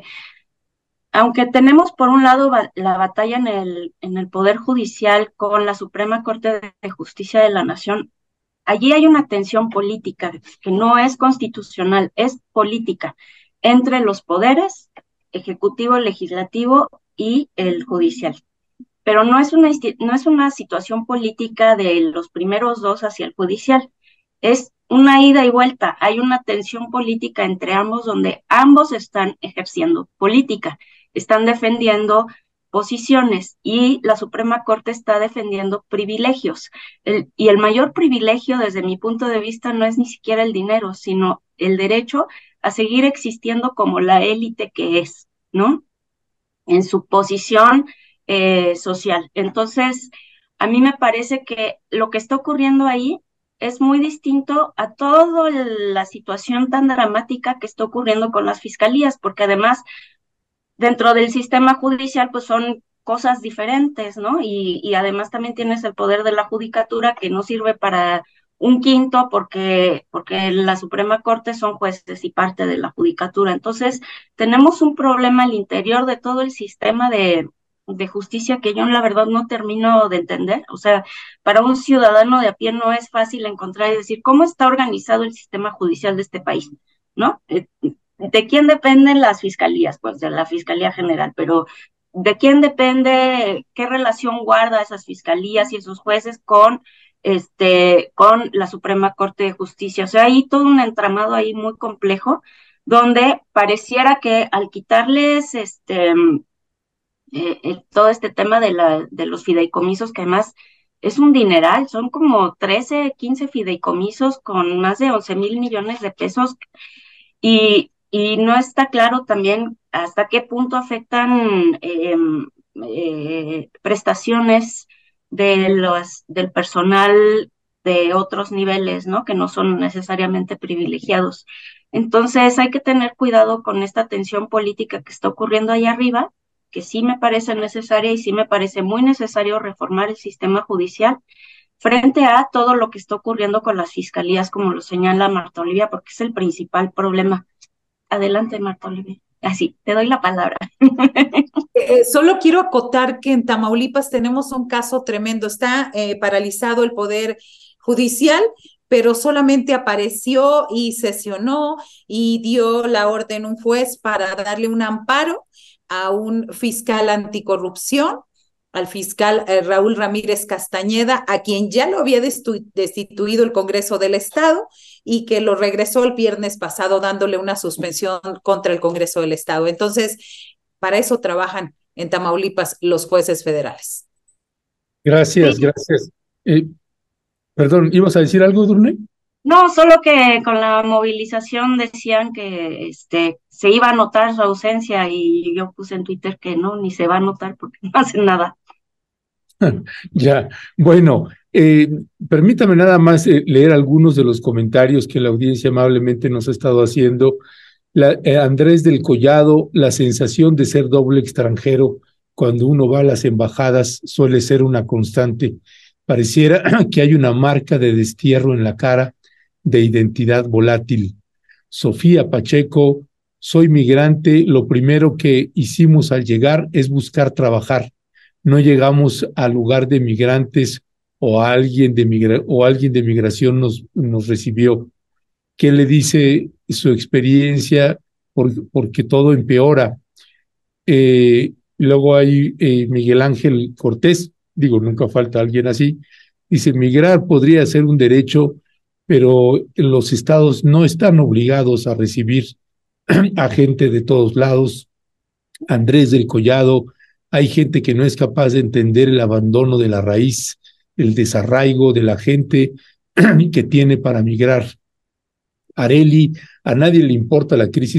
aunque tenemos por un lado la batalla en el Poder Judicial con la Suprema Corte de Justicia de la Nación, allí hay una tensión política que no es constitucional, es política entre los poderes, ejecutivo, legislativo y el judicial. Pero no es una situación política de los primeros dos hacia el judicial, es una ida y vuelta, hay una tensión política entre ambos donde ambos están ejerciendo política, están defendiendo posiciones y la Suprema Corte está defendiendo privilegios. Y el mayor privilegio desde mi punto de vista no es ni siquiera el dinero, sino el derecho a seguir existiendo como la élite que es, ¿no? En su posición social. Entonces, a mí me parece que lo que está ocurriendo ahí es muy distinto a toda la situación tan dramática que está ocurriendo con las fiscalías, porque además dentro del sistema judicial pues son cosas diferentes, ¿no? Y además también tienes el poder de la judicatura que no sirve para un quinto porque la Suprema Corte son jueces y parte de la judicatura. Entonces, tenemos un problema al interior de todo el sistema de justicia que yo la verdad no termino de entender. O sea, para un ciudadano de a pie no es fácil encontrar y decir cómo está organizado el sistema judicial de este país, ¿no? ¿De quién dependen las fiscalías? Pues de la Fiscalía General, pero ¿de quién depende, qué relación guarda esas fiscalías y esos jueces con la Suprema Corte de Justicia? O sea, hay todo un entramado ahí muy complejo, donde pareciera que al quitarles todo este tema de los fideicomisos, que además es un dineral, son como 13, 15 fideicomisos con más de 11,000 millones de pesos, y no está claro también hasta qué punto afectan prestaciones del personal de otros niveles, ¿no? Que no son necesariamente privilegiados. Entonces hay que tener cuidado con esta tensión política que está ocurriendo ahí arriba, que sí me parece necesaria y sí me parece muy necesario reformar el sistema judicial frente a todo lo que está ocurriendo con las fiscalías, como lo señala Marta Olivia, porque es el principal problema. Adelante, Marta Olivia. Así, te doy la palabra. Solo quiero acotar que en Tamaulipas tenemos un caso tremendo. Está paralizado el Poder Judicial, pero solamente apareció y sesionó y dio la orden un juez para darle un amparo a un fiscal anticorrupción, al fiscal Raúl Ramírez Castañeda, a quien ya lo había destituido el Congreso del Estado y que lo regresó el viernes pasado dándole una suspensión contra el Congreso del Estado. Entonces, para eso trabajan en Tamaulipas los jueces federales. Gracias, gracias. Perdón, ¿ibas a decir algo, Edurne? No, solo que con la movilización decían que se iba a notar su ausencia y yo puse en Twitter que no, ni se va a notar porque no hacen nada. Ya, bueno, Eh, Permítame nada más leer algunos de los comentarios que la audiencia amablemente nos ha estado haciendo. Andrés del Collado, la sensación de ser doble extranjero cuando uno va a las embajadas suele ser una constante. Pareciera que hay una marca de destierro en la cara, de identidad volátil. Sofía Pacheco, soy migrante, lo primero que hicimos al llegar es buscar trabajar. No llegamos al lugar de migrantes o alguien de migración nos recibió. ¿Qué le dice su experiencia? Porque todo empeora. Luego hay Miguel Ángel Cortés, digo, nunca falta alguien así, dice, migrar podría ser un derecho, pero los estados no están obligados a recibir a gente de todos lados. Andrés del Collado, hay gente que no es capaz de entender el abandono de la raíz, el desarraigo de la gente que tiene para migrar. Areli, a nadie le importa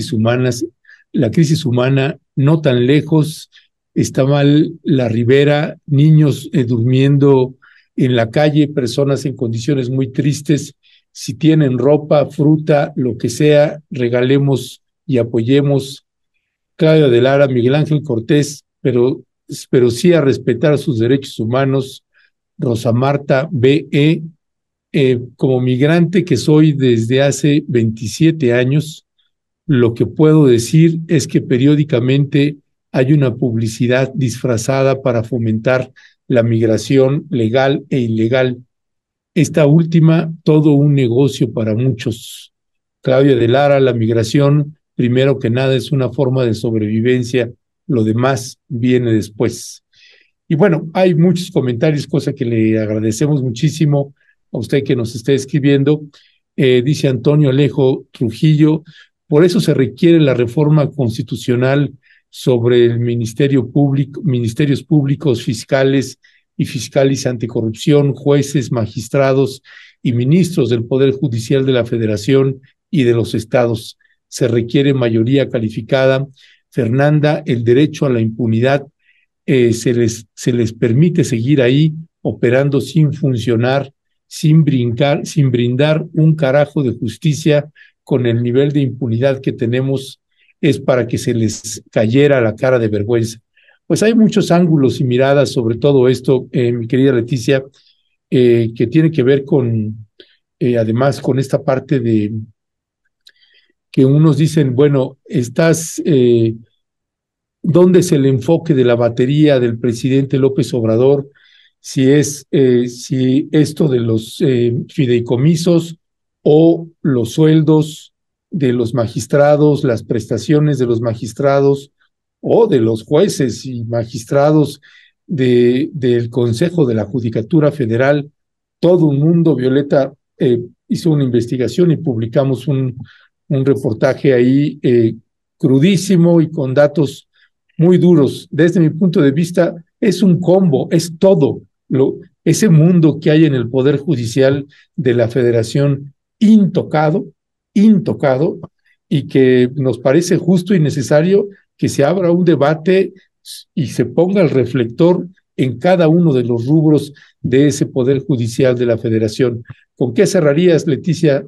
la crisis humana, no tan lejos, está mal la ribera, niños durmiendo en la calle, personas en condiciones muy tristes. Si tienen ropa, fruta, lo que sea, regalemos y apoyemos. Claudia de Lara, Miguel Ángel Cortés, pero sí a respetar sus derechos humanos. Rosa Marta B.E., como migrante que soy desde hace 27 años, lo que puedo decir es que periódicamente hay una publicidad disfrazada para fomentar la migración legal e ilegal. Esta última, todo un negocio para muchos. Claudia de Lara, la migración, primero que nada, es una forma de sobrevivencia, lo demás viene después. Y bueno, hay muchos comentarios, cosa que le agradecemos muchísimo a usted que nos esté escribiendo. Dice Antonio Alejo Trujillo, por eso se requiere la reforma constitucional sobre el Ministerio Público, ministerios públicos, fiscales y fiscales anticorrupción, jueces, magistrados y ministros del Poder Judicial de la Federación y de los estados. Se requiere mayoría calificada. Fernanda, el derecho a la impunidad se les permite seguir ahí operando sin funcionar, sin brindar un carajo de justicia con el nivel de impunidad que tenemos, es para que se les cayera la cara de vergüenza. Pues hay muchos ángulos y miradas sobre todo esto, mi querida Leticia, que tiene que ver con, además, con esta parte de que unos dicen, bueno, ¿dónde es el enfoque de la batería del presidente López Obrador? Si esto de los fideicomisos o los sueldos de los magistrados, las prestaciones de los magistrados o de los jueces y magistrados del Consejo de la Judicatura Federal. Todo un mundo, Violeta hizo una investigación y publicamos un reportaje ahí crudísimo y con datos muy duros. Desde mi punto de vista, es un combo, es todo. Ese mundo que hay en el Poder Judicial de la Federación intocado, y que nos parece justo y necesario que se abra un debate y se ponga el reflector en cada uno de los rubros de ese Poder Judicial de la Federación. ¿Con qué cerrarías, Leticia?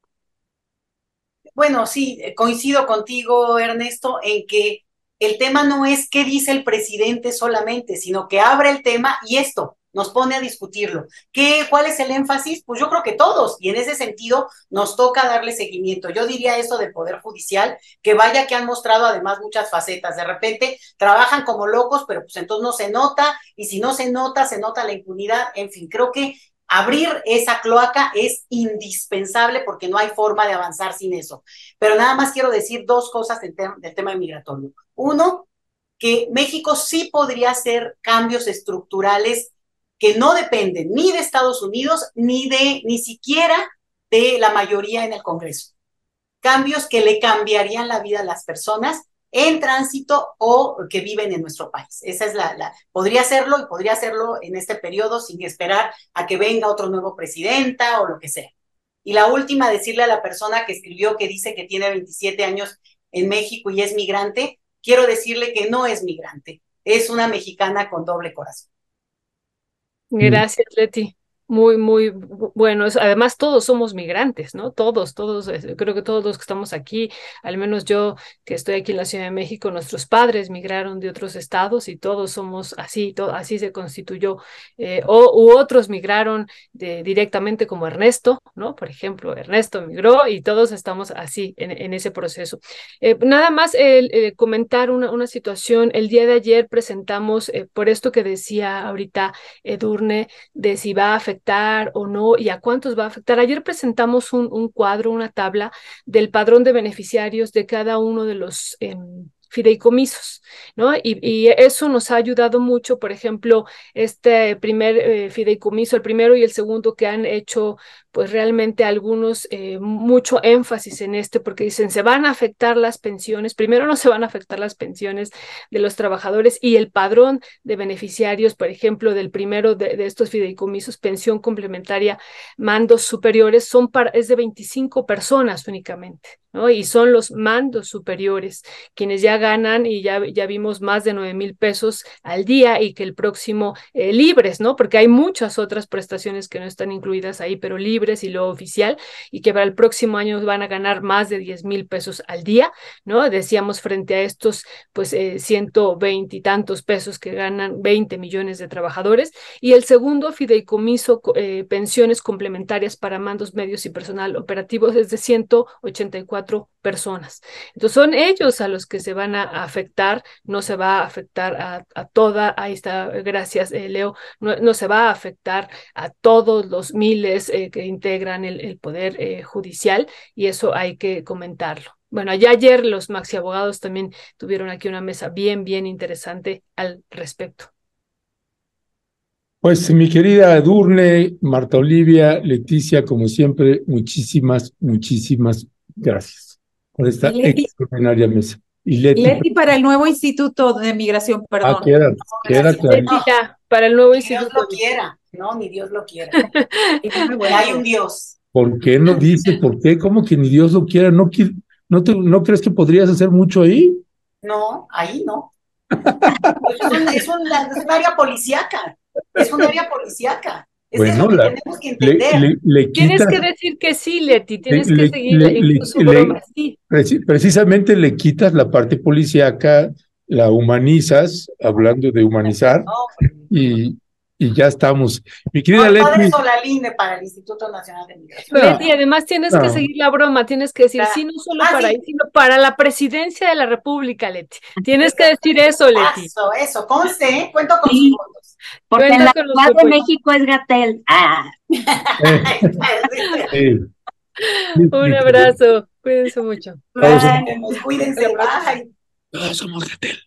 Bueno, sí, coincido contigo, Ernesto, en que el tema no es qué dice el presidente solamente, sino que abre el tema y esto nos pone a discutirlo. ¿Cuál es el énfasis? Pues yo creo que todos, y en ese sentido nos toca darle seguimiento. Yo diría eso del Poder Judicial, que vaya que han mostrado además muchas facetas. De repente trabajan como locos, pero pues entonces no se nota, y si no se nota la impunidad. En fin, creo que abrir esa cloaca es indispensable porque no hay forma de avanzar sin eso. Pero nada más quiero decir dos cosas del tema migratorio. Uno, que México sí podría hacer cambios estructurales que no dependen ni de Estados Unidos ni siquiera de la mayoría en el Congreso. Cambios que le cambiarían la vida a las personas en tránsito o que viven en nuestro país. Esa es podría hacerlo y podría hacerlo en este periodo sin esperar a que venga otro nuevo presidenta o lo que sea. Y la última, decirle a la persona que escribió que dice que tiene 27 años en México y es migrante, quiero decirle que no es migrante, es una mexicana con doble corazón. Gracias, Leti. Muy, muy bueno. Además, todos somos migrantes, ¿no? Todos, creo que todos los que estamos aquí, al menos yo que estoy aquí en la Ciudad de México, nuestros padres migraron de otros estados y todos somos así, así se constituyó, u otros migraron directamente como Ernesto, ¿no? Por ejemplo, Ernesto migró y todos estamos así en ese proceso. Nada más comentar una situación. El día de ayer presentamos, por esto que decía ahorita Edurne, de si va a afectar o no y a cuántos va a afectar. Ayer presentamos un cuadro, una tabla del padrón de beneficiarios de cada uno de los fideicomisos, ¿no? Y eso nos ha ayudado mucho, por ejemplo, este primer fideicomiso, el primero y el segundo que han hecho pues realmente algunos mucho énfasis en porque dicen se van a afectar las pensiones, primero no se van a afectar las pensiones de los trabajadores y el padrón de beneficiarios, por ejemplo, del primero de estos fideicomisos, pensión complementaria, mandos superiores, es de 25 personas únicamente, ¿no? Y son los mandos superiores quienes ya ganan y ya vimos más de 9,000 pesos al día y que el próximo libres, ¿no? Porque hay muchas otras prestaciones que no están incluidas ahí, pero libres y lo oficial, y que para el próximo año van a ganar más de 10,000 pesos al día, ¿no? Decíamos frente a estos, pues 120 y tantos pesos que ganan 20 millones de trabajadores, y el segundo fideicomiso, pensiones complementarias para mandos medios y personal operativo es de 184 personas. Entonces son ellos a los que se van a afectar, no se va a afectar a toda, ahí está, gracias Leo, no se va a afectar a todos los miles que integran el poder judicial, y eso hay que comentarlo. Bueno, ya ayer los maxi abogados también tuvieron aquí una mesa bien, bien interesante al respecto. Pues mi querida Edurne, Marta Olivia, Leticia, como siempre, muchísimas, muchísimas gracias por esta extraordinaria mesa. Y Leti para el nuevo Instituto de Migración, perdón. queda claro. Leti ya, para el nuevo Ni instituto. Dios lo quiera, no, ni Dios lo quiera. Hay un Dios. ¿Por qué no dice? ¿Por qué? ¿Cómo que ni Dios lo quiera? ¿No crees que podrías hacer mucho ahí? No, ahí no. Pues es un área policíaca. Es un área policíaca. Es Bueno, eso que tenemos que entender. Tienes quitas, que decir que sí, Leti, tienes que le- seguir le- incluso le- bromas, sí. precisamente le quitas la parte policíaca, la humanizas, hablando de humanizar, No, pues, y ya estamos. Mi querida no, padre Leti, Solalinde para el Instituto Nacional de Migración. Leti, además tienes que no. seguir la broma, tienes que decir sí, no solo para sí. ahí, sino para la presidencia de la República, Leti. Tienes que decir eso, Leti. Eso, conste, cuento con sus votos. Porque Cuenta en la con los Ciudad de votos. México es Gatel. Un abrazo, cuídense mucho. Cuídense, bye. Todos somos Gatel.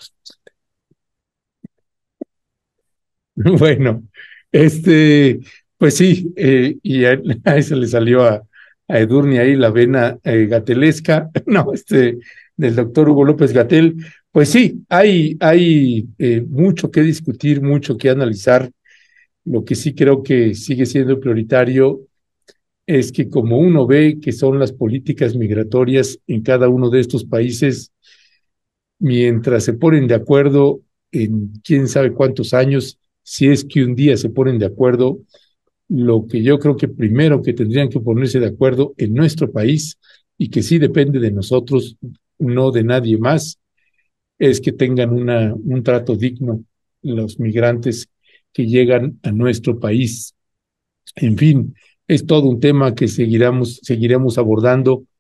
Bueno, pues sí, y a eso le salió a Edurne ahí la vena gatelesca, no, del doctor Hugo López Gatell. Pues sí, hay mucho que discutir, mucho que analizar. Lo que sí creo que sigue siendo prioritario es que como uno ve que son las políticas migratorias en cada uno de estos países, mientras se ponen de acuerdo en quién sabe cuántos años, si es que un día se ponen de acuerdo, lo que yo creo que primero que tendrían que ponerse de acuerdo en nuestro país, y que sí depende de nosotros, no de nadie más, es que tengan un trato digno los migrantes que llegan a nuestro país. En fin, es todo un tema que seguiremos abordando